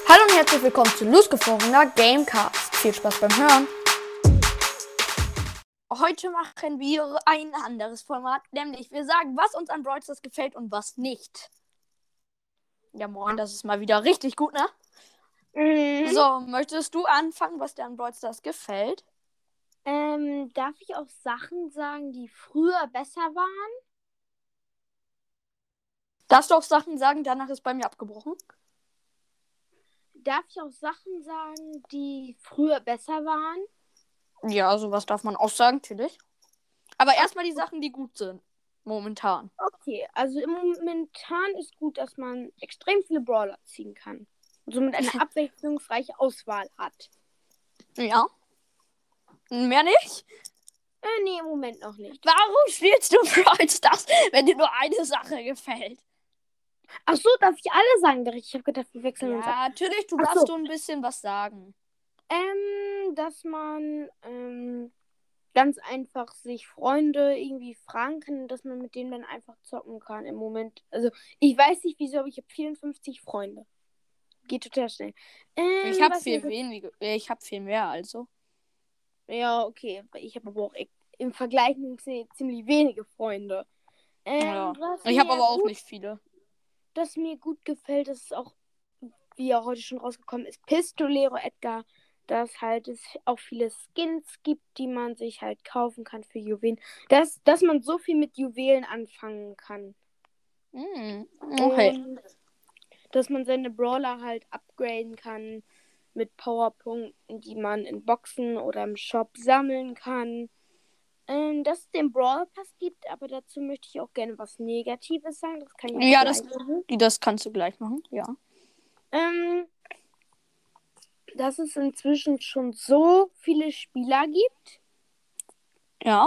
Hallo und herzlich willkommen zu losgefrorener Gamecast. Viel Spaß beim Hören. Heute machen wir ein anderes Format, nämlich wir sagen, was uns an Brawl Stars gefällt und was nicht. Ja, moin, das ist mal wieder richtig gut, ne? So, möchtest du anfangen, was dir an Brawl Stars gefällt? Darf ich auch Sachen sagen, die früher besser waren? Darfst du auch Sachen sagen, danach ist bei mir abgebrochen? Darf ich auch Sachen sagen, die früher besser waren? Ja, sowas darf man auch sagen, natürlich. Aber erstmal die Sachen, die gut sind. Momentan. Okay, also im Momentan ist gut, dass man extrem viele Brawler ziehen kann. Und somit eine abwechslungsreiche Auswahl hat. Ja. Mehr nicht? Nee, im Moment noch nicht. Warum spielst du Brawl Stars, wenn dir nur eine Sache gefällt? Ach so, darf ich alle sagen? Ich habe gedacht, wir wechseln uns ab. Ja, natürlich, du Ach darfst so. so ein bisschen was sagen. Dass man ganz einfach sich Freunde irgendwie fragen kann, dass man mit denen dann einfach zocken kann im Moment. Also, ich weiß nicht wieso, aber ich habe 54 Freunde. Geht total schnell. Ich habe Was viel mir weniger, ich habe viel mehr, also. Ja, okay. Ich habe aber auch im Vergleich ziemlich wenige Freunde. Ja. Was Ich habe mir aber auch gut, nicht viele. das mir gut gefällt, das ist auch, wie ja heute schon rausgekommen ist, Pistolero Edgar, dass halt es auch viele Skins gibt, die man sich halt kaufen kann für Juwelen. Dass man so viel mit Juwelen anfangen kann. Okay. Und dass man seine Brawler halt upgraden kann mit Powerpunkten, die man in Boxen oder im Shop sammeln kann. Dass es den Brawl Pass gibt, aber dazu möchte ich auch gerne was Negatives sagen. Das kann ich auch Ja, gleich machen. das kannst du gleich machen, ja. Ähm, Dass es inzwischen schon so viele Spieler gibt. Ja.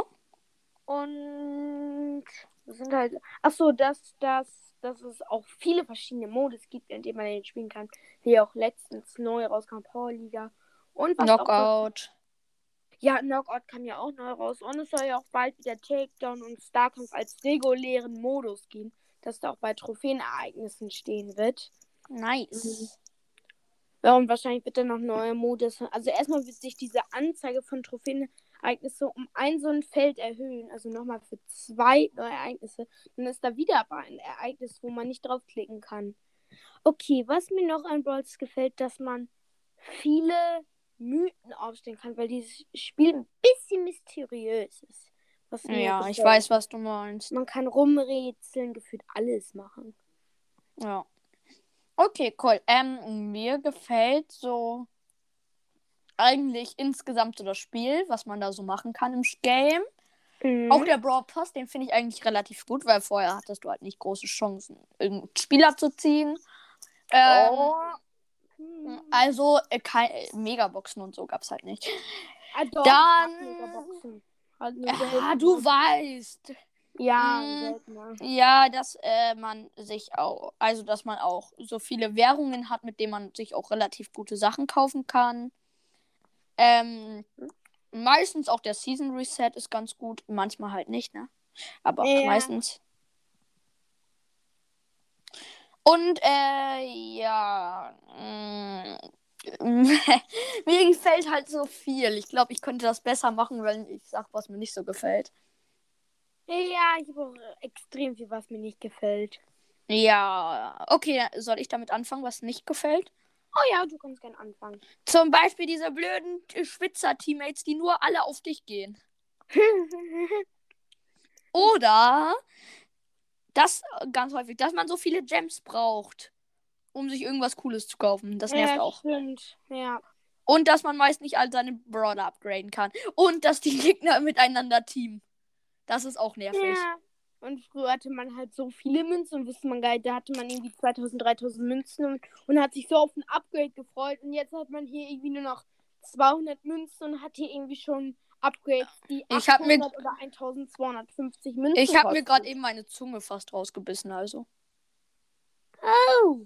Und das sind halt. Achso, dass es auch viele verschiedene Modus gibt, in denen man den spielen kann. Wie auch letztens neu rauskam, Powerliga. Und was auch. Knockout. Ja, Knockout kam ja auch neu raus. Und es soll ja auch bald wieder Takedown und Starkampf als regulären Modus geben, dass da auch bei Trophäenereignissen stehen wird. Nice. Ja, und wahrscheinlich wird dann noch neue Modus. Also erstmal wird sich diese Anzeige von Trophäenereignisse um so ein Feld erhöhen. Also nochmal für 2 neue Ereignisse. Dann ist da wieder aber ein Ereignis, wo man nicht draufklicken kann. Okay, was mir noch an Brawl Stars gefällt, dass man viele Mythen aufstellen kann, weil dieses Spiel ein bisschen mysteriös ist. Was mir Ja, gefällt. ich weiß, was du meinst. Man kann rumrätseln, gefühlt alles machen. Ja. Okay, cool. Mir gefällt so eigentlich insgesamt so das Spiel, was man da so machen kann im Game. Auch der Brawl Pass, den finde ich eigentlich relativ gut, weil vorher hattest du halt nicht große Chancen, irgendeinen Spieler zu ziehen. Also Megaboxen und so gab es halt nicht. Doch, Dann, Megaboxen. Halt nur ja, selten. du weißt. Ja, seltener. Ja, dass man sich auch, also dass man auch so viele Währungen hat, mit denen man sich auch relativ gute Sachen kaufen kann. Meistens auch der Season Reset ist ganz gut, manchmal halt nicht, ne? Aber Ja. meistens. Und ja, mir gefällt halt so viel. Ich glaube, ich könnte das besser machen, wenn ich sag, was mir nicht so gefällt. Ja, ich habe auch extrem viel, was mir nicht gefällt. Ja, okay, soll ich damit anfangen, was nicht gefällt? Oh ja, du kannst gerne anfangen. Zum Beispiel diese blöden Schwitzer-Teammates, die nur alle auf dich gehen. Oder das ganz häufig, dass man so viele Gems braucht, um sich irgendwas Cooles zu kaufen. Das nervt Ja, auch. stimmt. Ja. Und dass man meist nicht all seine Brawler upgraden kann. Und dass die Gegner miteinander teamen. Das ist auch nervig. Ja. Und früher hatte man halt so viele Münzen und wusste man gar nicht, da hatte man irgendwie 2000, 3000 Münzen und hat sich so auf ein Upgrade gefreut. Und jetzt hat man hier irgendwie nur noch 200 Münzen und hat hier irgendwie schon Upgrades, die 800 oder 1250 Münzen Ich habe mir kosten. gerade eben meine Zunge fast rausgebissen, also. Oh!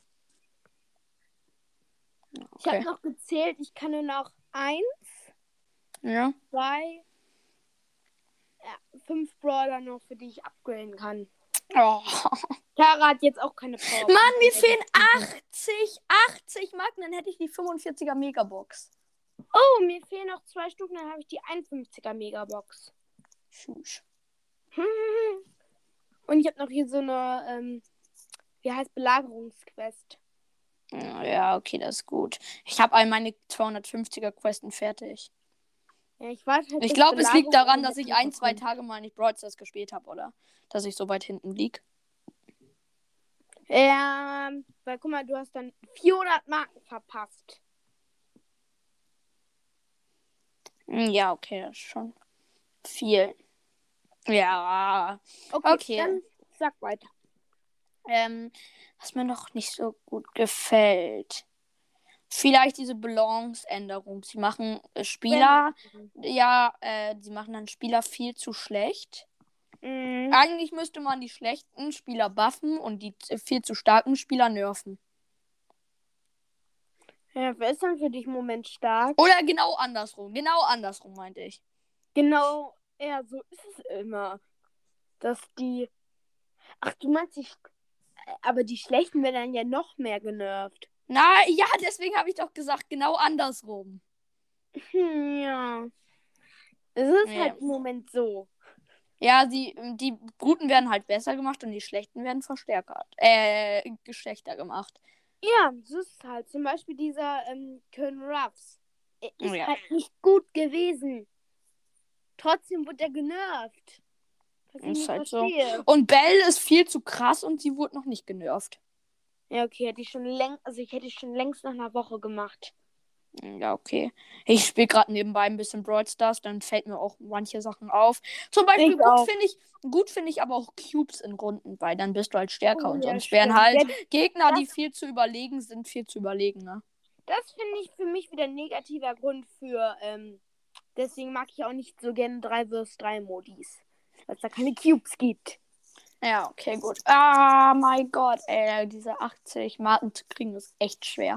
Okay. Ich habe noch gezählt, ich kann nur noch 1, Ja. 2, 5 Brawler noch, für die ich upgraden kann. Oh. Tara hat jetzt auch keine Power. Mann, mir fehlen 80 Marken, dann hätte ich die 45er Megabox. Oh, mir fehlen noch 2 Stück, dann habe ich die 51er Megabox. Tschüss. Und ich habe noch hier so eine, wie heißt Belagerungsquest. Ja, okay, das ist gut. Ich habe all meine 250er Questen fertig. Ja, ich warte halt, Ich bis glaube, es liegt Belagerung daran, in dass der ich 1, 2 kommt. Tage mal nicht Brawl Stars gespielt habe, oder? Dass ich so weit hinten lieg. Weil guck mal, du hast dann 400 Marken verpasst. Ja, okay, das ist schon viel. Ja. Okay. Dann sag weiter. Was mir noch nicht so gut gefällt. Vielleicht diese Balance-Änderung. Sie machen Spieler, sie machen dann Spieler viel zu schlecht. Eigentlich müsste man die schlechten Spieler buffen und die viel zu starken Spieler nerven. Ja, wer ist dann für dich im Moment stark? Oder genau andersrum. Genau andersrum, meinte ich. Genau, ja, so ist es immer. Dass die. Ach, du meinst aber die Schlechten werden dann ja noch mehr genervt. Na, ja, deswegen habe ich doch gesagt, genau andersrum. Ja. Es ist Ja. halt im Moment so. Ja, die Guten werden halt besser gemacht und die Schlechten werden verstärkt. Geschlechter gemacht. Ja, so ist es halt. Zum Beispiel dieser Colonel Ruffs. Er ist Ja. halt nicht gut gewesen. Trotzdem wurde er genervt. Was ich Ist nicht halt so. verstehe. Und Belle ist viel zu krass und sie wurde noch nicht genervt. Ja, okay, hätte ich schon ich hätte es schon längst nach einer Woche gemacht. Ja, okay. Ich spiele gerade nebenbei ein bisschen Brawl Stars, dann fällt mir auch manche Sachen auf. Zum Beispiel gut finde ich aber auch Cubes in Runden, weil dann bist du halt stärker und Ja, sonst wären stimmt. halt Ja, Gegner, die viel zu überlegen sind, viel zu überlegen, ne? das finde ich für mich wieder ein negativer Grund für, deswegen mag ich auch nicht so gerne 3 vs 3 Modis. Weil es da keine Cubes gibt. Ja, okay, gut. Ah, mein Gott, ey, diese 80 Marken zu kriegen ist echt schwer.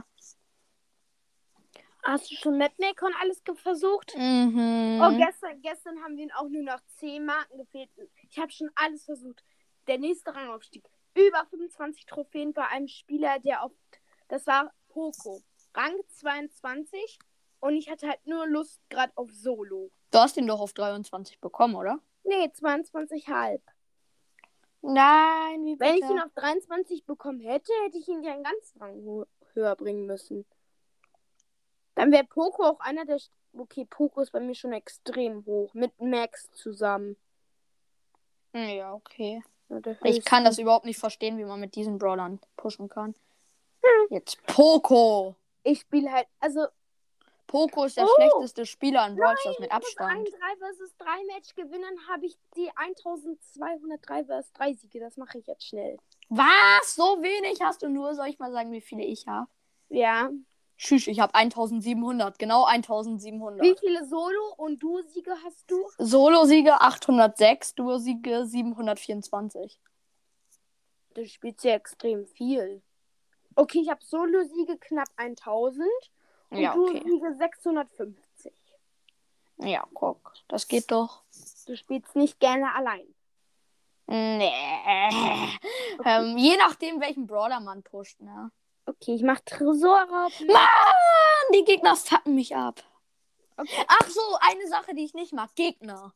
Hast du schon Mapmaker und alles versucht? Mhm. Oh, gestern haben wir auch nur noch 10 Marken gefehlt. Ich habe schon alles versucht. Der nächste Rangaufstieg. Über 25 Trophäen bei einem Spieler, das war Poco. Rang 22. Und ich hatte halt nur Lust gerade auf Solo. Du hast ihn doch auf 23 bekommen, oder? Nee, 22,5. Nein, wie bitte? Wenn ich ihn auf 23 bekommen hätte, hätte ich ihn ja einen ganzen Rang höher bringen müssen. Dann wäre Poco auch einer der... Okay, Poco ist bei mir schon extrem hoch. Mit Max zusammen. Ja, okay. Ja, Ich kann das überhaupt nicht verstehen, wie man mit diesen Brawlern pushen kann. Jetzt Poco. Ich spiele halt... Also... Poco ist der schlechteste Spieler in Brawl Stars mit Ein Abstand. 3 vs 3 Match gewinnen, habe ich die 1203 vs 3 Siege. Das mache ich jetzt schnell. Was? So wenig hast du nur? Soll ich mal sagen, wie viele ich habe? Ja. Tschüss, ich habe 1700. Genau 1700. Wie viele Solo- und Duo-Siege hast du? Solo-Siege 806, Duo-Siege 724. Du spielst ja extrem viel. Okay, ich habe Solo-Siege knapp 1000 und Ja, okay. Duo-Siege 650. Ja, guck. Das geht doch. Du spielst nicht gerne allein. Nee. Okay. Je nachdem, welchen Brawler man pusht, ne? Okay, ich mach Tresorraub. Mann, die Gegner fucken mich ab. Okay. Ach so, eine Sache, die ich nicht mag. Gegner.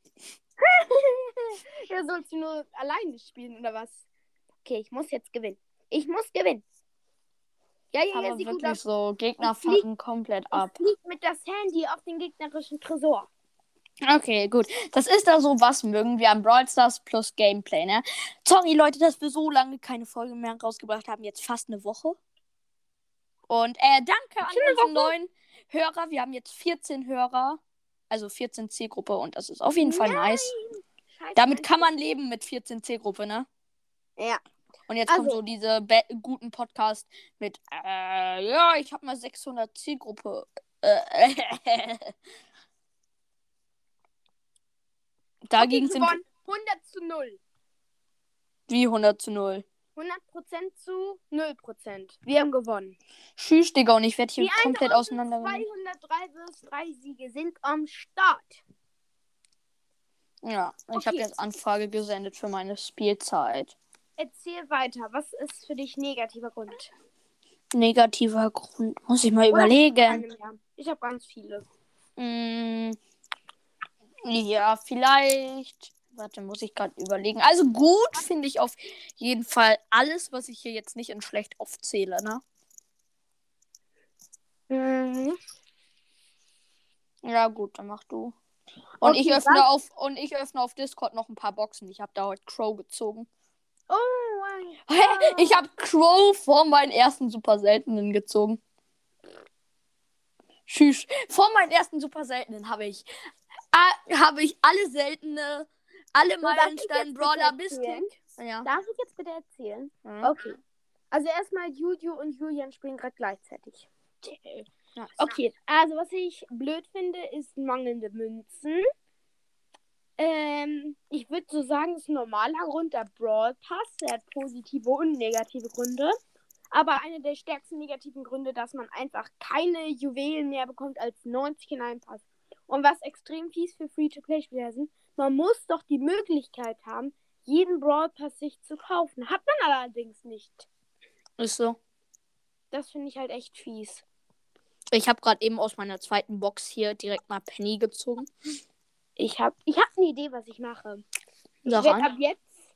Ja, sollst du nur alleine spielen, oder was? Okay, ich muss jetzt gewinnen. Ich muss gewinnen. Ja, Aber sieht gut wirklich aus. so, Gegner fucken komplett ab. Ich flieg mit das Handy auf den gegnerischen Tresor. Okay, gut. Das ist da so, was mögen wir am Brawl Stars plus Gameplay, ne? Sorry, Leute, dass wir so lange keine Folge mehr rausgebracht haben. Jetzt fast eine Woche. Und danke an unseren neuen Hörer. Wir haben jetzt 14 Hörer. Also 14 Zielgruppe und das ist auf jeden Fall nice. Scheiße, Damit kann man leben mit 14 Zielgruppe, ne? Ja. Und jetzt kommt so diese guten Podcast mit, ja, ich habe mal 600 Zielgruppe. Dagegen sind wir 100:0. Wie 100:0? 100% zu 0%. Wir haben gewonnen. Tschüss, Digga, und ich werde hier Die komplett auseinandergenommen. 203 vs 3 Siege sind am Start. Ja, ich habe jetzt Anfrage gesendet für meine Spielzeit. Erzähl weiter. Was ist für dich negativer Grund? Negativer Grund. Muss ich mal Oder überlegen. ich habe ganz viele. Ja, vielleicht. Warte, muss ich gerade überlegen. Also gut finde ich auf jeden Fall alles, was ich hier jetzt nicht in schlecht aufzähle, ne? Mhm. Ja, gut, dann mach du. Und Okay, ich öffne auf Discord noch ein paar Boxen. Ich habe da heute Crow gezogen. Oh mein Gott. Ich habe Crow vor meinen ersten super seltenen gezogen. Tschüss. Vor meinen ersten super seltenen habe ich alle seltene, alle So, darf ich Meilenstein jetzt Brawler bitte bis erzählen? Tick. Ja. Darf ich jetzt bitte erzählen? Mhm. Okay. Also erstmal Juju und Julian spielen gerade gleichzeitig. Ja. Okay, also was ich blöd finde, ist mangelnde Münzen. Ich würde so sagen, ist ein normaler Grund der Brawl Pass. Der hat positive und negative Gründe. Aber einer der stärksten negativen Gründe, dass man einfach keine Juwelen mehr bekommt als 90 in einem Pass. Und was extrem fies für Free-to-Play-Spieler sind, man muss doch die Möglichkeit haben, jeden Brawl Pass sich zu kaufen. Hat man allerdings nicht. Ist so. Das finde ich halt echt fies. Ich habe gerade eben aus meiner zweiten Box hier direkt mal Penny gezogen. Ich hab eine Idee, was ich mache. Ich Sag werde an. ab jetzt.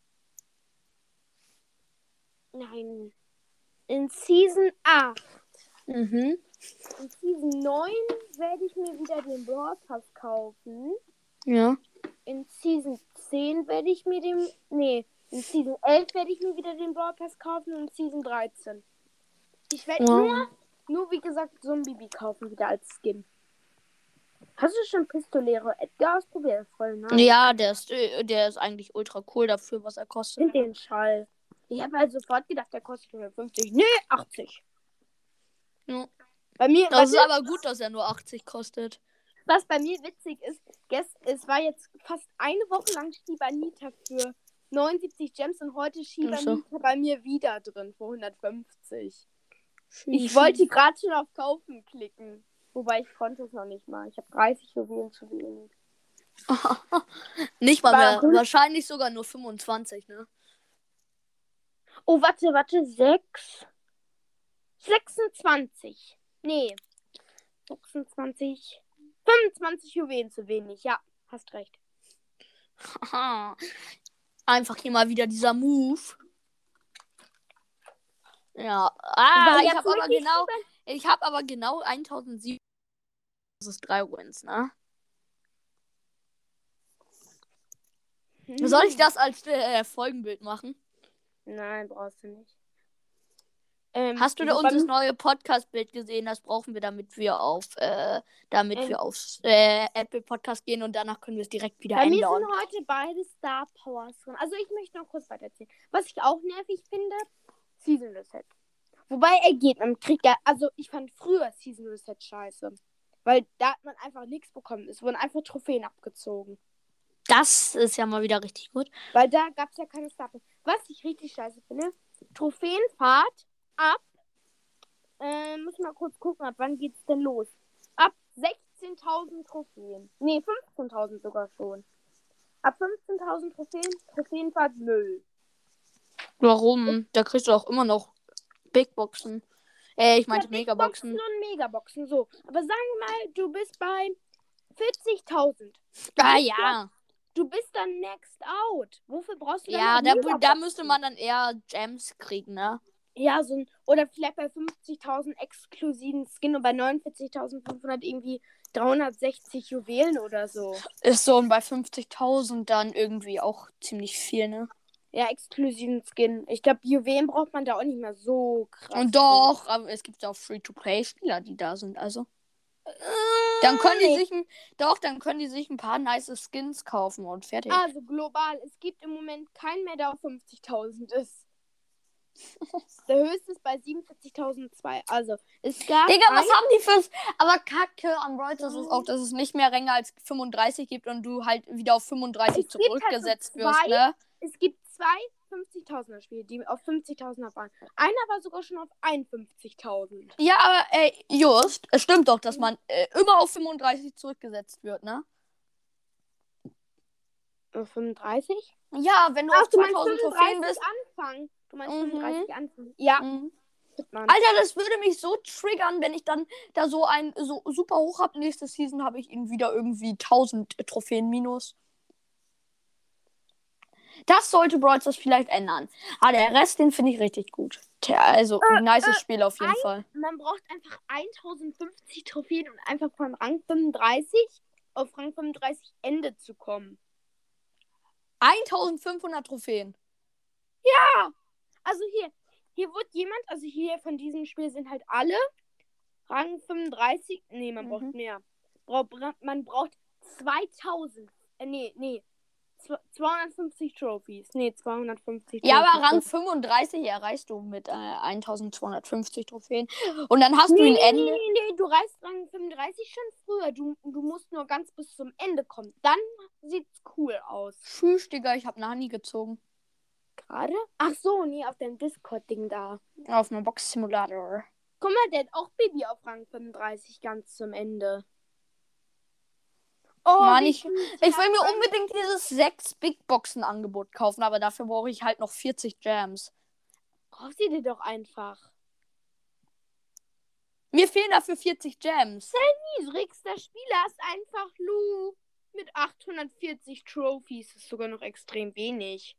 Nein. In Season 8. Mhm. In Season 9 werde ich mir wieder den Brawl Pass kaufen. Ja. In Season 10 werde ich mir den. Nee, in Season 11 werde ich mir wieder den Brawl Pass kaufen und in Season 13. Ich werde nur wie gesagt Zombie kaufen wieder als Skin. Hast du schon Pistolero Edgar ausprobiert? Das ist voll nice. Ja, der ist eigentlich ultra cool dafür, was er Ich kostet. finde den Schall. Ich habe halt sofort gedacht, der kostet 150. Nee, 80. Ja. Bei mir, Das ist aber gut, dass er nur 80 kostet. was bei mir witzig ist, es war jetzt fast eine Woche lang Shibanita für 79 Gems und heute Shibanita bei mir wieder drin für 150. Ich wollte gerade schon auf Kaufen klicken. Wobei ich konnte es noch nicht mal. Ich habe 30 Juwelen zu wenig. Nicht mal mehr. Wahrscheinlich sogar nur 25, ne? Oh, warte. 26. Nee. 26. 25 Juwelen zu wenig. Ja, hast recht. Einfach hier mal wieder dieser Move. Ja. Ich habe aber genau 1700. Das ist 3 Wins, ne? Soll ich das als Folgenbild machen? Nein, brauchst du nicht. Hast du da unser neue Podcast-Bild gesehen? Das brauchen wir, damit wir auf Apple Podcast gehen und danach können wir es direkt wieder ändern. Bei mir sind heute beide Star Powers drin. Also ich möchte noch kurz weitererzählen. Was ich auch nervig finde, Season Reset. Wobei er geht, man kriegt ja, also ich fand früher Season Reset scheiße. Weil da hat man einfach nichts bekommen. Es wurden einfach Trophäen abgezogen. Das ist ja mal wieder richtig gut. Weil da gab es ja keine Star Powers. Was ich richtig scheiße finde, Trophäenfahrt ab, muss ich mal kurz gucken, ab wann geht's denn los? Ab 16.000 Trophäen. Nee, 15.000 sogar schon. Ab 15.000 Trophäenfahrt 0. Warum? Da kriegst du auch immer noch Big Boxen. Ich meinte ja, Megaboxen. Big Boxen und Megaboxen, so. Aber sagen wir mal, du bist bei 40.000. Ja. Du bist dann next out. Wofür brauchst du dann Ja, noch da müsste man dann eher Gems kriegen, ne? Ja, oder vielleicht bei 50.000 exklusiven Skin und bei 49.500 irgendwie 360 Juwelen oder so. Ist so, und bei 50.000 dann irgendwie auch ziemlich viel, ne? Ja, exklusiven Skin. Ich glaube, Juwelen braucht man da auch nicht mehr so krass. Und doch, aber es gibt ja auch Free-to-Play-Spieler, die da sind, also. Dann können die sich ein paar nice Skins kaufen und fertig. Also global, es gibt im Moment keinen mehr, der auf 50.000 ist. Der höchste ist bei 47.002. Also, es gab. Digga, was haben die fürs. Aber Kacke am Brawl Stars ist auch, dass es nicht mehr Ränge als 35 gibt und du halt wieder auf 35 zurückgesetzt wirst, ne? Es gibt 2 50.000er Spiele, die auf 50.000er waren. Einer war sogar schon auf 51.000. Ja, aber just, es stimmt doch, dass man immer auf 35 zurückgesetzt wird, ne? 35? Ja, wenn du Ach, auf du meinst 2000 Trophäen 35 bist. anfangen. Du meinst Mhm. 35 anfangen. Ja, Mhm. Mann. Alter, das würde mich so triggern, wenn ich dann da so ein so super hoch habe. Nächste Season habe ich ihn wieder irgendwie 1000 Trophäen minus. Das sollte Brawl Stars vielleicht ändern. Aber der Rest, den finde ich richtig gut. Tja, also, ein nices Spiel auf jeden Fall. Man braucht einfach 1050 Trophäen, um einfach von Rang 35 auf Rang 35 Ende zu kommen. 1500 Trophäen. Ja! Also hier wird jemand, also hier von diesem Spiel sind halt alle Rang 35. Nee, man braucht mehr. Man braucht 2000. 250 Trophies. Nee, 250 Ja, Trophies. aber Rang 35 erreichst du mit 1250 Trophäen. Und dann hast du Nee, ein Ende. nee, du reißt Rang 35 schon früher. Du musst nur ganz bis zum Ende kommen. Dann sieht's cool aus. Tschüss, Digga, ich hab Nani gezogen. Gerade? Ach so, nee, auf deinem Discord-Ding da. Auf einem Box-Simulator. Guck mal, der hat auch Baby auf Rang 35 ganz zum Ende. Oh, Mann, ich will mir unbedingt dieses 6 Big Boxen Angebot kaufen, aber dafür brauche ich halt noch 40 Gems. Kauf sie dir doch einfach. Mir fehlen dafür 40 Gems. Niedrigster Spieler ist einfach Lou. Mit 840 Trophies ist sogar noch extrem wenig.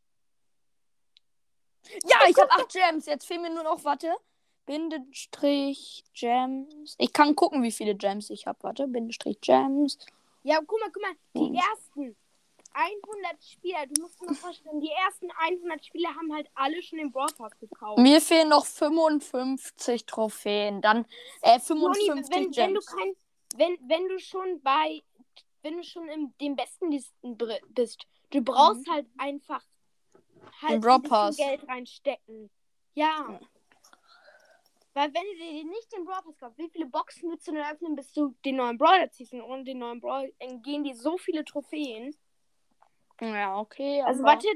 Ja, ich habe 8 Gems. Jetzt fehlen mir nur noch, warte. Bindestrich Gems. Ich kann gucken, wie viele Gems ich habe. Warte, Bindestrich Gems. Ja, guck mal. Die ersten 100 Spieler, du musst dir mal vorstellen, die ersten 100 Spieler haben halt alle schon den Brawl Pass gekauft. Mir fehlen noch 55 Trophäen. Dann 55 Joni, Gems. wenn du schon in den besten Listen bist, du brauchst halt einfach Den Brawl ein bisschen Pass. Geld reinstecken. Ja. Weil wenn du dir nicht den Brawl Pass kaufst, wie viele Boxen willst du denn öffnen, bis du den neuen Brawler ziehst? Und ohne den neuen Brawler gehen dir so viele Trophäen. Ja, okay. Also warte,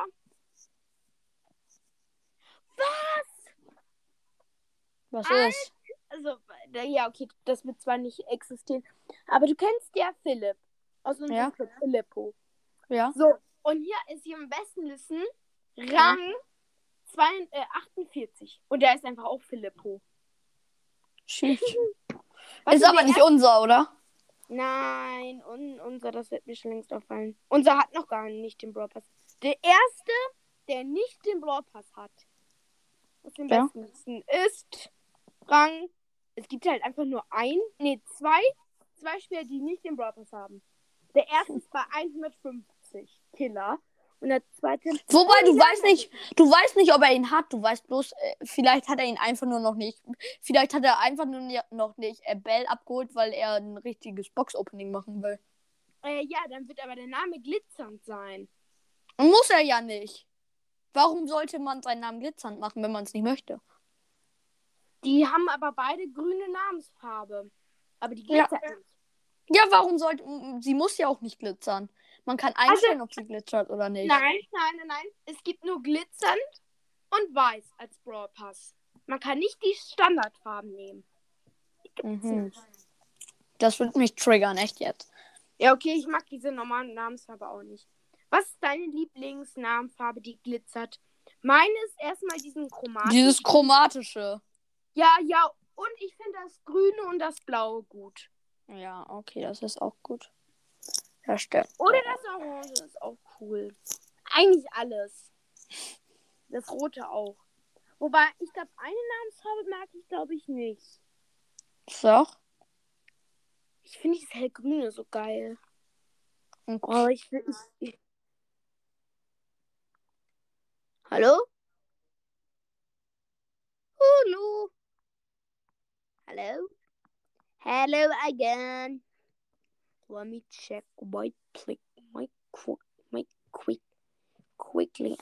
Was ist? Also, ja, okay, das wird zwar nicht existieren, aber du kennst ja Philipp aus unserem Club, Filippo. Ja. So, und hier ist hier am besten Listen Rang 48. Und der ist einfach auch Filippo. Tschüss. Was Ist aber nicht unser, oder? Nein, unser, das wird mir schon längst auffallen. Unser hat noch gar nicht den Brawl Pass. Der erste, der nicht den Brawl Pass hat, aus den besten Listen, ist Rang. Es gibt halt einfach nur zwei Spieler, die nicht den Brawl Pass haben. Der erste ist bei 150 Killer. Und der zweite. Wobei, du weißt nicht, ob er ihn hat. Du weißt bloß, vielleicht hat er ihn einfach nur noch nicht. Vielleicht hat er einfach nur noch nicht Bell abgeholt, weil er ein richtiges Box-Opening machen will. Ja, dann wird aber der Name glitzernd sein. Muss er ja nicht. Warum sollte man seinen Namen glitzernd machen, wenn man es nicht möchte? Die haben aber beide grüne Namensfarbe. Aber die glitzert nicht. Ja, warum sollte. Sie muss ja auch nicht glitzern. Man kann einstellen, ob sie glitzert oder nicht. Nein. Es gibt nur glitzernd und weiß als Brawl Pass. Man kann nicht die Standardfarben nehmen. Das wird mich triggern, echt jetzt. Ja, okay, ich mag diese normalen Namensfarbe auch nicht. Was ist deine Lieblingsnamenfarbe, die glitzert? Meine ist erstmal dieses chromatische. Ja, und ich finde das Grüne und das Blaue gut. Ja, okay, das ist auch gut. Ja, stimmt. Oder das Orange ist auch cool. Eigentlich alles. Das Rote auch. Wobei, ich glaube, eine Namensfarbe mag ich, glaube ich, nicht. Doch? Ich finde dieses hellgrüne so geil. Okay. Oh, Hallo? Hallo? Hello? Hello again. Let me check my click, quickly,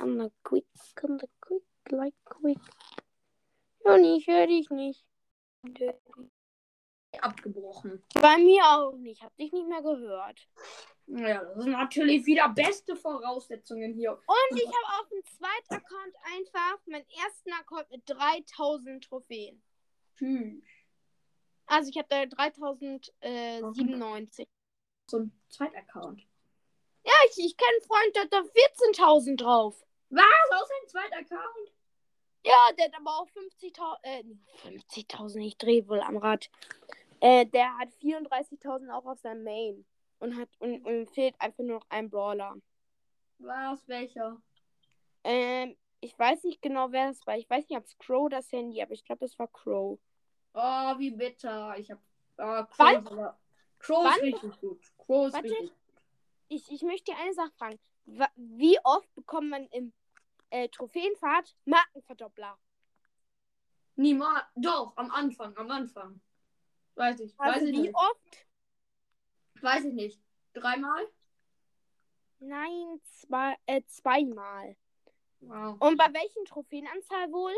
quick. Joni, ich höre dich nicht. Abgebrochen. Bei mir auch nicht. Ich habe dich nicht mehr gehört. Ja, das sind natürlich wieder beste Voraussetzungen hier. Und ich habe auf dem zweiten Account einfach meinen ersten Account mit 3000 Trophäen. Also ich habe da 3097. So ein Zweitaccount. Ja, ich kenne einen Freund, der hat da 14.000 drauf. Was? Aus seinem zweiten Account? Ja, der hat aber auch 50.000, 50.000, ich drehe wohl am Rad. Der hat 34.000 auch auf seinem Main. Und fehlt einfach nur noch ein Brawler. Was? Welcher? Ich weiß nicht genau, wer das war. Ich weiß nicht, ob es Crow das Handy, aber ich glaube, das war Crow. Oh, wie bitter. Ich hab. Wann? Crow Wann? ist richtig gut. Crow ist Warte, richtig. ich möchte dir eine Sache fragen. Wie oft bekommt man im Trophäenfahrt Markenverdoppler? Niemals. Doch, am Anfang. Weiß ich. Also Weiß ich wie nicht. oft? Weiß ich nicht. 3-mal? Nein, zweimal. Wow. Und bei welchen Trophäenanzahl wohl?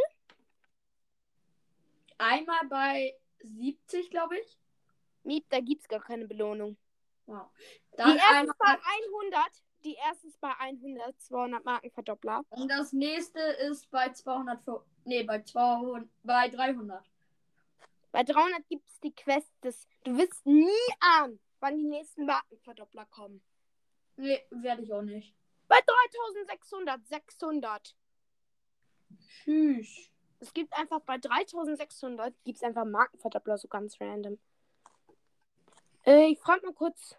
Einmal bei 70, glaube ich. Miep, da gibt's gar keine Belohnung. Wow. Die Dann erste einmal. ist bei 100. Die erste ist bei 100, 200 Markenverdoppler. Und das nächste ist bei 200. Nee, bei 200. Bei 300. Bei 300 gibt es die Quest du wirst nie ahnen, wann die nächsten Markenverdoppler kommen. Nee, werde ich auch nicht. Bei 3600, 600. Tschüss. Es gibt einfach bei 3600 gibt es einfach Markenverdoppler, so ganz random. Ich frage mal kurz.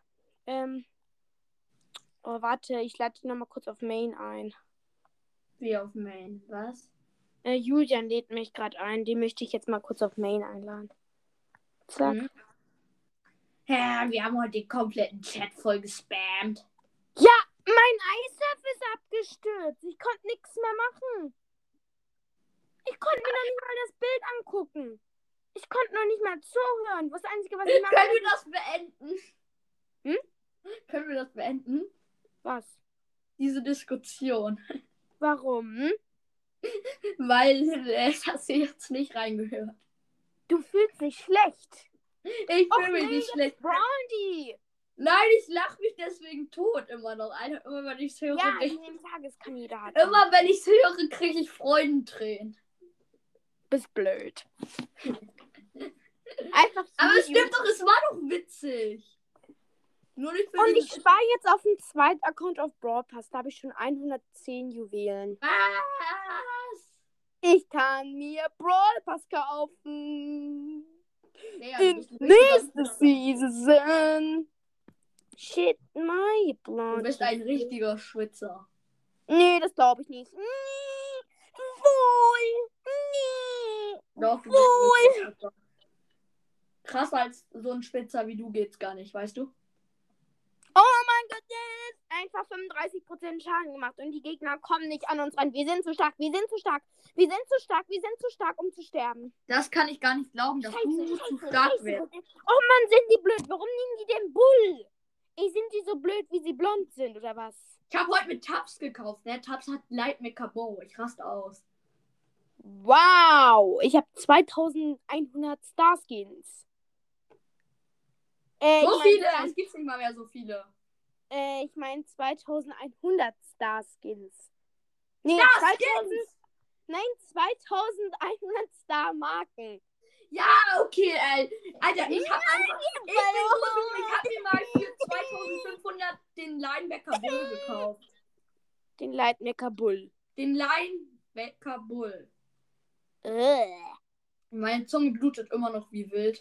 Oh, warte, ich lade dich nochmal kurz auf Main ein. Wie auf Main. Was? Julian lädt mich gerade ein. Den möchte ich jetzt mal kurz auf Main einladen. Zack. Hm. Ja, wir haben heute den kompletten Chat voll gespammt. Ja, mein iSurf ist abgestürzt. Ich konnte nichts mehr machen. Ich konnte mir noch nicht mal das Bild angucken. Ich konnte noch nicht mal zuhören. Das Einzige, was ich mache, Können wir das beenden? Hm? Können wir das beenden? Was? Diese Diskussion. Warum? Weil das hast du jetzt nicht reingehört. Du fühlst dich schlecht. Ich fühle mich nicht schlecht. Brandy. Nein, ich lache mich deswegen tot immer noch. Alter, immer wenn ich es höre. Ja, in dem Tageskandidaten. Immer wenn ich es höre, kriege ich Freudentränen. Bist blöd. Einfach Aber es stimmt doch, es war doch witzig. Nur nicht für Und ich dieses... spare jetzt auf dem zweiten Account auf Brawl Pass. Da habe ich schon 110 Juwelen. Was? Ich kann mir Brawl Pass kaufen. Ja, In nächste Season. Shit, my Du blood. bist ein richtiger Schwitzer. Nee, das glaube ich nicht. Wohl. Nee. Doch, du bist ein Schwitzer. Krasser als so ein Schwitzer wie du geht's gar nicht, weißt du? Oh mein Gott, der ist einfach 35% Schaden gemacht und die Gegner kommen nicht an uns ran. Wir sind zu stark, wir sind zu stark. Wir sind zu stark, wir sind zu stark, um zu sterben. Das kann ich gar nicht glauben, dass du zu stark wärst. Oh Mann, sind die blöd. Warum nehmen die den Bull? Sind die so blöd, wie sie blond sind, oder was? Ich habe heute mit Tabs gekauft, ne? Tabs hat Light mit Cabo. Ich raste aus. Wow, ich habe 2100 Starskins. So viele? Es gibt nicht mal mehr so viele. Ich meine 2100 Starskins. Nee, Starskins! Nein, 2100 Star-Marken. Ja, okay, ey. Alter, ich hab einfach... Ich bin so dumm. Ich hab mir mal für 2500 den Linebacker Bull gekauft. Den Lightmaker Bull. Den Linebacker Bull. Meine Zunge blutet immer noch wie wild.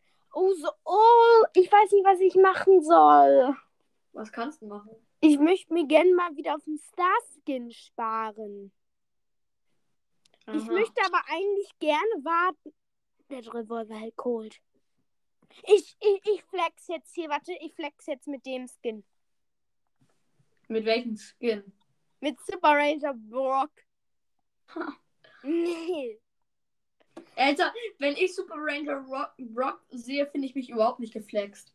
Ich weiß nicht, was ich machen soll. Was kannst du machen? Ich möchte mir gerne mal wieder auf den Starskin sparen. Aha. Ich möchte aber eigentlich gerne warten. Der Revolver hält cold. Ich flex jetzt hier, warte, ich flex jetzt mit dem Skin. Mit welchem Skin? Mit Super Ranger Brock. Ha. Nee. Alter, wenn ich Super Ranger Brock sehe, finde ich mich überhaupt nicht geflext.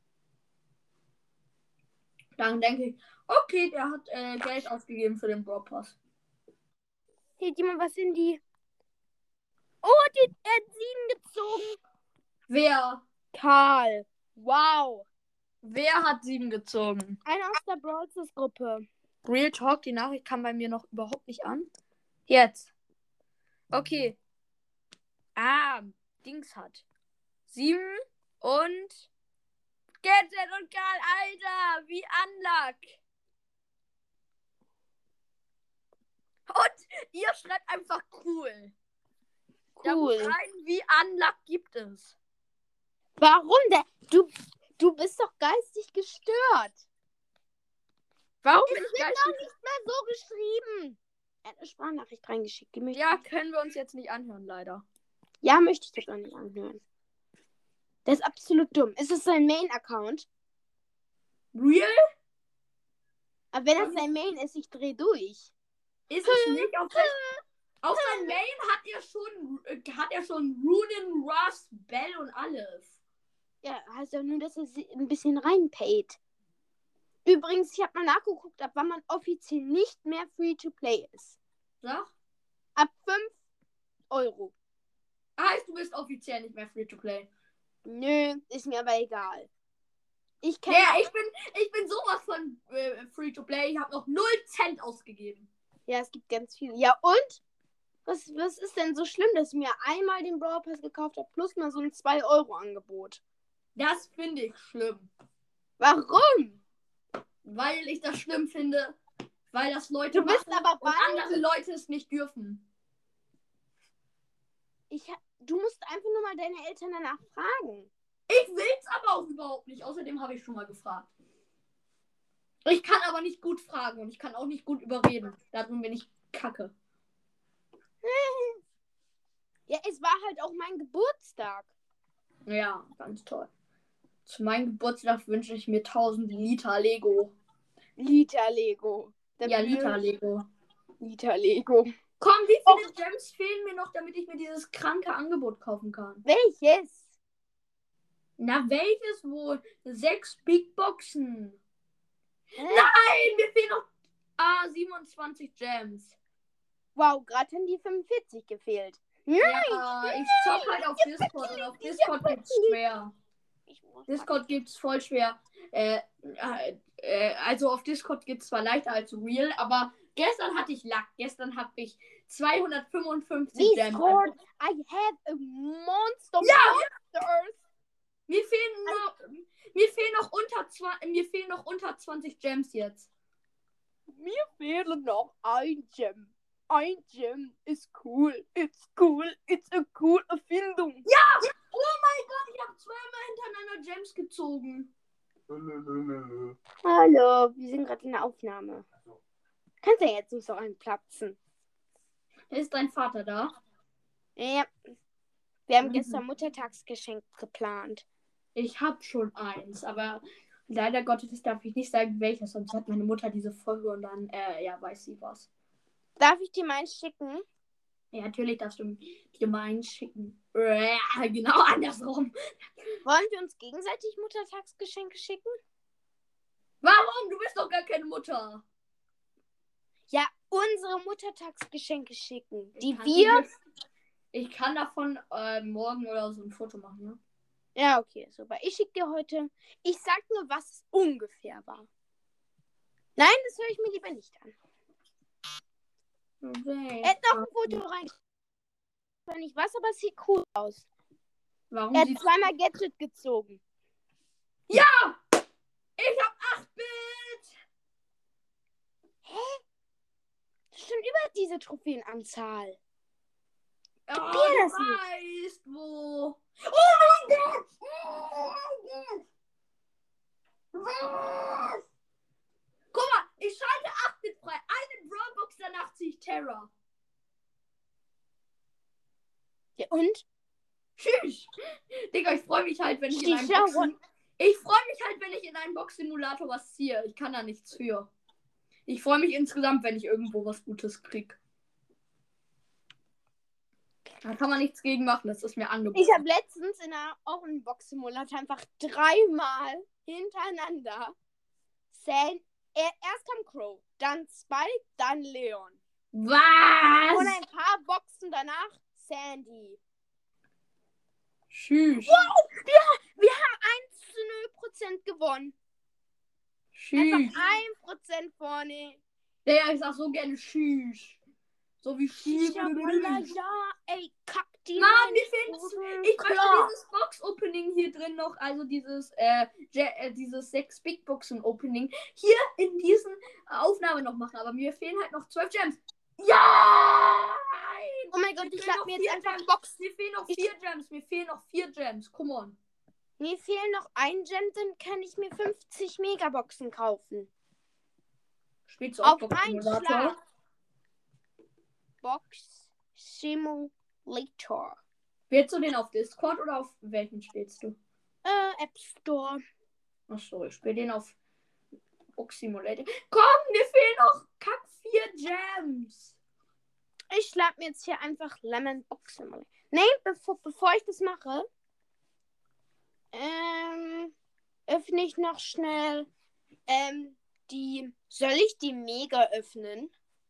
Dann denke ich, okay, der hat Geld ausgegeben für den Brawl Pass. Hält jemand was in die... Oh, er hat 7 gezogen. Wer? Karl. Wow. Wer hat 7 gezogen? Einer aus der Brawl Stars Gruppe. Real Talk, die Nachricht kam bei mir noch überhaupt nicht an. Jetzt. Okay. Dings hat 7 und Gadget und Karl, Alter, wie Unluck. Und ihr schreibt einfach cool. Da muss Cool. rein, wie Unluck gibt es. Warum denn? Du bist doch geistig gestört. Warum Es bin ich wird geistig? doch nicht mal so geschrieben. Er hat eine Sprachnachricht reingeschickt. Die möchte Ja, können wir uns jetzt nicht anhören, leider. Ja, möchte ich jetzt auch nicht anhören. Der ist absolut dumm. Ist es sein Main-Account? Real? Aber wenn das sein Main ist, ich dreh durch. Ist es nicht. Auf sein Main hat er schon Runen, Rust, Bell und alles. Ja, heißt ja nur, dass er ein bisschen reinpayt. Übrigens, ich habe mal nachgeguckt, ab wann man offiziell nicht mehr Free-to-Play ist. Sag? Ab 5 Euro. Heißt, du bist offiziell nicht mehr Free-to-Play. Nö, ist mir aber egal. Ich kenne. Ja, ich bin sowas von Free-to-Play. Ich habe noch 0 Cent ausgegeben. Ja, es gibt ganz viele. Ja, und? Was ist denn so schlimm, dass ich mir einmal den Brawl Pass gekauft habe, plus mal so ein 2-Euro-Angebot? Das finde ich schlimm. Warum? Weil ich das schlimm finde. Weil das Leute Du bist machen aber und bald. andere Leute es nicht dürfen. Du musst einfach nur mal deine Eltern danach fragen. Ich will's aber auch überhaupt nicht. Außerdem habe ich schon mal gefragt. Ich kann aber nicht gut fragen und ich kann auch nicht gut überreden. Darum bin ich kacke. Ja, es war halt auch mein Geburtstag. Ja, ganz toll. Zu meinem Geburtstag wünsche ich mir 1000 Liter Lego. Liter Lego. Ja, Liter Lego. Liter Lego. Komm, wie viele Gems fehlen mir noch, damit ich mir dieses kranke Angebot kaufen kann? Welches? Na, welches wohl? 6 Big Boxen. Hä? Nein, mir fehlen noch 27 Gems. Wow, gerade haben die 45 gefehlt. Ja, ich zock halt auf Discord und auf Discord gibt's schwer. Discord gibt's voll schwer. Also auf Discord gibt's zwar leichter als Real, aber gestern hatte ich Lack. Gestern habe ich 255 Gems. Discord, I have a monster. Ja! Monsters. Mir fehlen noch unter 20 Gems jetzt. Mir fehlen noch ein Gem. Ein Gem ist cool. It's cool. It's a cool Erfindung. Ja! Oh mein Gott, ich habe zweimal hintereinander Gems gezogen. Hallo, wir sind gerade in der Aufnahme. Kannst ja jetzt nicht so einplatzen. Ist dein Vater da? Ja. Wir haben gestern Muttertagsgeschenk geplant. Ich habe schon eins, aber leider Gottes darf ich nicht sagen, welches, sonst hat meine Mutter diese Folge und dann, weiß sie was. Darf ich dir meins schicken? Ja, natürlich darfst du dir meinen schicken. Genau andersrum. Wollen wir uns gegenseitig Muttertagsgeschenke schicken? Warum? Du bist doch gar keine Mutter. Ja, unsere Muttertagsgeschenke schicken. Ich kann davon morgen oder so ein Foto machen, ne? Ja, okay, super. Ich schicke dir heute. Ich sag nur, was es ungefähr war. Nein, das höre ich mir lieber nicht an. Er hat noch ein Foto rein. Ich weiß nicht was, aber es sieht cool aus. Warum Er hat zweimal Gadget gezogen. Ja! Ich hab 8-Bit! Schon über diese Trophäenanzahl. Oh, das du weißt wo. Oh mein Gott! Oh mein Gott! Guck mal, ich schalte 8-Bit frei. Eine Brawlbox, danach ziehe ich Terror. Ja, und? Tschüss! Digga, ich freue mich halt, wenn ich in einem Box-Simulator was ziehe. Ich kann da nichts für. Ich freue mich insgesamt, wenn ich irgendwo was Gutes krieg. Da kann man nichts gegen machen, das ist mir angeboten. Ich habe letztens auch einen Box-Simulator einfach 3-mal hintereinander. Erst kam Crow, dann Spike, dann Leon. Was? Und ein paar Boxen danach Sandy. Tschüss. Wow, wir haben 1:0% gewonnen. Tschüss. Einfach 1% vorne. Ja, ich sag so gerne Tschüss. So wie Tschüss. Ja, ey, kack die. Mann, mir fehlt. Ich möchte dieses Box-Opening hier drin noch, also dieses 6 Big Boxen-Opening hier in diesen Aufnahme noch machen, aber mir fehlen halt noch 12 Gems. Ja! Nein! Oh mein Gott, ich lade mir jetzt einfach Gems. Box. Mir fehlen noch 4 Gems. Mir fehlen noch 4 Gems. Come on. Mir fehlen noch ein Gem, dann kann ich mir 50 Megaboxen kaufen. Spielst du auch Auf einen Box-Simulator? Schlag. Box Simulator. Spielst du den auf Discord oder auf welchen spielst du? App Store. Achso, ich spiele den auf Box Simulator. Komm, mir fehlen noch kack 4 Gems. Ich lade mir jetzt hier einfach Lemon Box Simulator. Nee, bevor ich das mache, öffne ich noch schnell soll ich die Mega öffnen?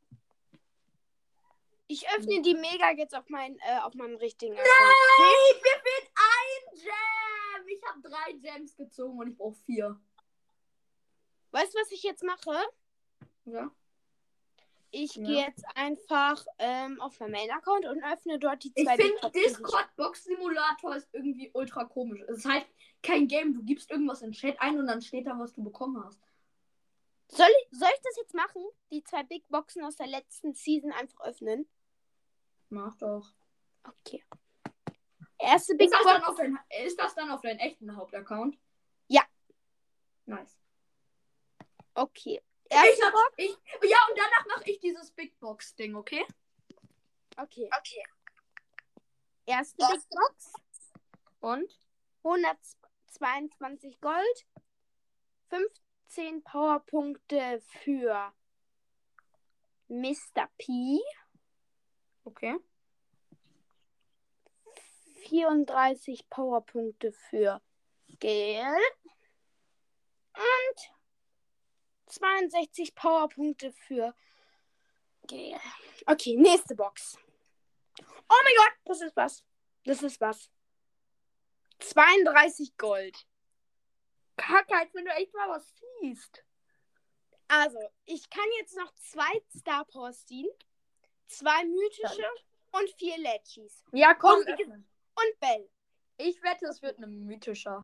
Ich öffne die Mega jetzt auf meinem richtigen Account. Nein, mir fehlt ein Gem. Ich habe 3 Gems gezogen und ich brauche 4. Weißt du, was ich jetzt mache? Ja. Ich gehe jetzt einfach auf meinen Main-Account und öffne dort die 2 Ich finde, Discord Box Simulator ist irgendwie ultra komisch. Es ist halt kein Game. Du gibst irgendwas in den Chat ein und dann steht da, was du bekommen hast. Soll ich das jetzt machen? Die 2 Big Boxen aus der letzten Season einfach öffnen? Mach doch. Okay. Erste Big Box. Ist das dann auf deinem echten Hauptaccount? Ja. Nice. Okay. Ja, und danach mache ich dieses Big Box Ding, okay? Okay. Erste Big Box. Und? 122 Gold. 15 Powerpunkte für Mr. P. Okay. 34 Powerpunkte für Gale. Und 62 Powerpunkte für Gale. Okay, nächste Box. Oh mein Gott, das ist was. 32 Gold. Kacke, als wenn du echt mal was siehst. Also, ich kann jetzt noch 2 Star Powers ziehen, 2 mythische und 4 Legis. Ja, komm. Und Bell. Ich wette, es wird ein mythischer.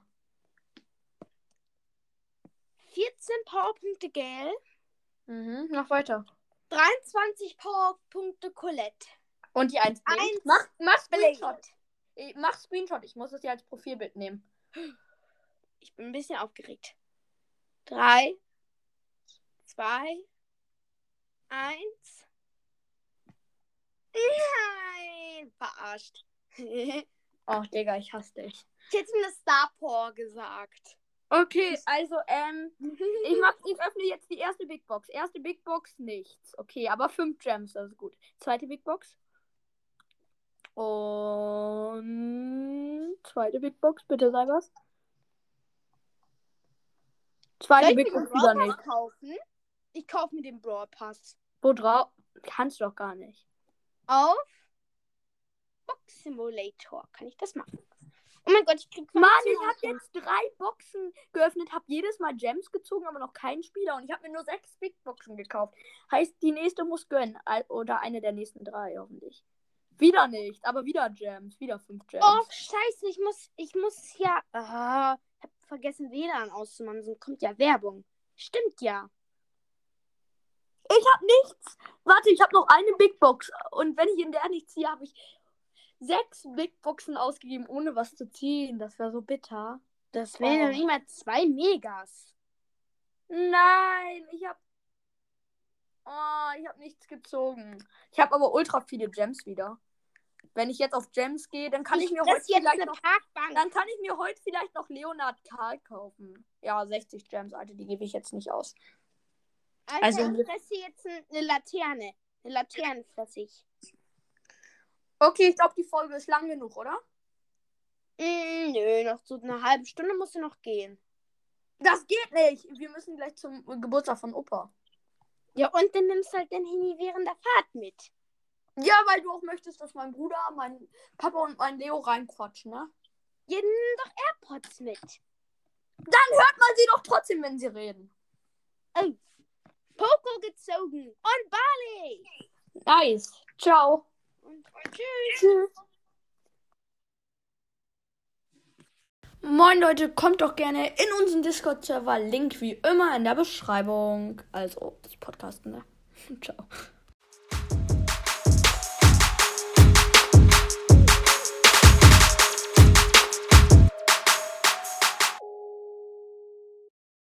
14 Powerpunkte Gale. Mach weiter. 23 Powerpunkte Colette. Und die 1. Mach Screenshot. Mach Screenshot. Ich muss es ja als Profilbild nehmen. Ich bin ein bisschen aufgeregt. 3, 2, 1. Nein! Verarscht. Ach, Digga, ich hasse dich. Ich hätte mir Star Power gesagt. Okay, also, ich öffne jetzt die erste Big Box. Erste Big Box, nichts. Okay, aber 5 Gems, das ist gut. Zweite Big Box. Und zweite Big Box, bitte sei was. Zweite Big Box wieder nicht. Kaufen? Ich kaufe mir den Brawl Pass. Wo drauf? Kannst du doch gar nicht. Auf Box Simulator kann ich das machen. Oh mein Gott, ich krieg Mann, ich habe jetzt 3 Boxen geöffnet, habe jedes Mal Gems gezogen, aber noch keinen Spieler. Und ich habe mir nur 6 Big Boxen gekauft. Heißt, die nächste muss gönnen. Oder eine der nächsten 3, hoffentlich. Wieder nicht, aber wieder Gems. Wieder 5 Gems. Oh, scheiße, ich muss ja... hab vergessen, WLAN auszumachen, sonst kommt ja Werbung. Stimmt ja. Ich habe nichts. Warte, ich habe noch eine Big Box. Und wenn ich in der nichts ziehe, habe ich 6 Big Boxen ausgegeben, ohne was zu ziehen. Das wäre so bitter. Das wären ja nicht mal 2 Megas. Nein, ich habe nichts gezogen. Ich habe aber ultra viele Gems wieder. Wenn ich jetzt auf Gems gehe, dann kann ich mir heute vielleicht noch Leonard Karl kaufen. Ja, 60 Gems, Alter, die gebe ich jetzt nicht aus. Alter, also, ich fresse jetzt eine Laterne. Eine Laterne fresse ich. Okay, ich glaube, die Folge ist lang genug, oder? Nö, noch so eine halbe Stunde musst du noch gehen. Das geht nicht. Wir müssen gleich zum Geburtstag von Opa. Ja, und dann nimmst du halt dein Handy während der Fahrt mit. Ja, weil du auch möchtest, dass mein Bruder, mein Papa und mein Leo reinquatschen, ne? Ja, nimm doch AirPods mit. Dann hört man sie doch trotzdem, wenn sie reden. Oh. Poco gezogen. Und Barley. Nice. Ciao. Und tschüss. Tschüss. Moin Leute, kommt doch gerne in unseren Discord-Server. Link wie immer in der Beschreibung. Also, das Podcasten, ne? Ciao.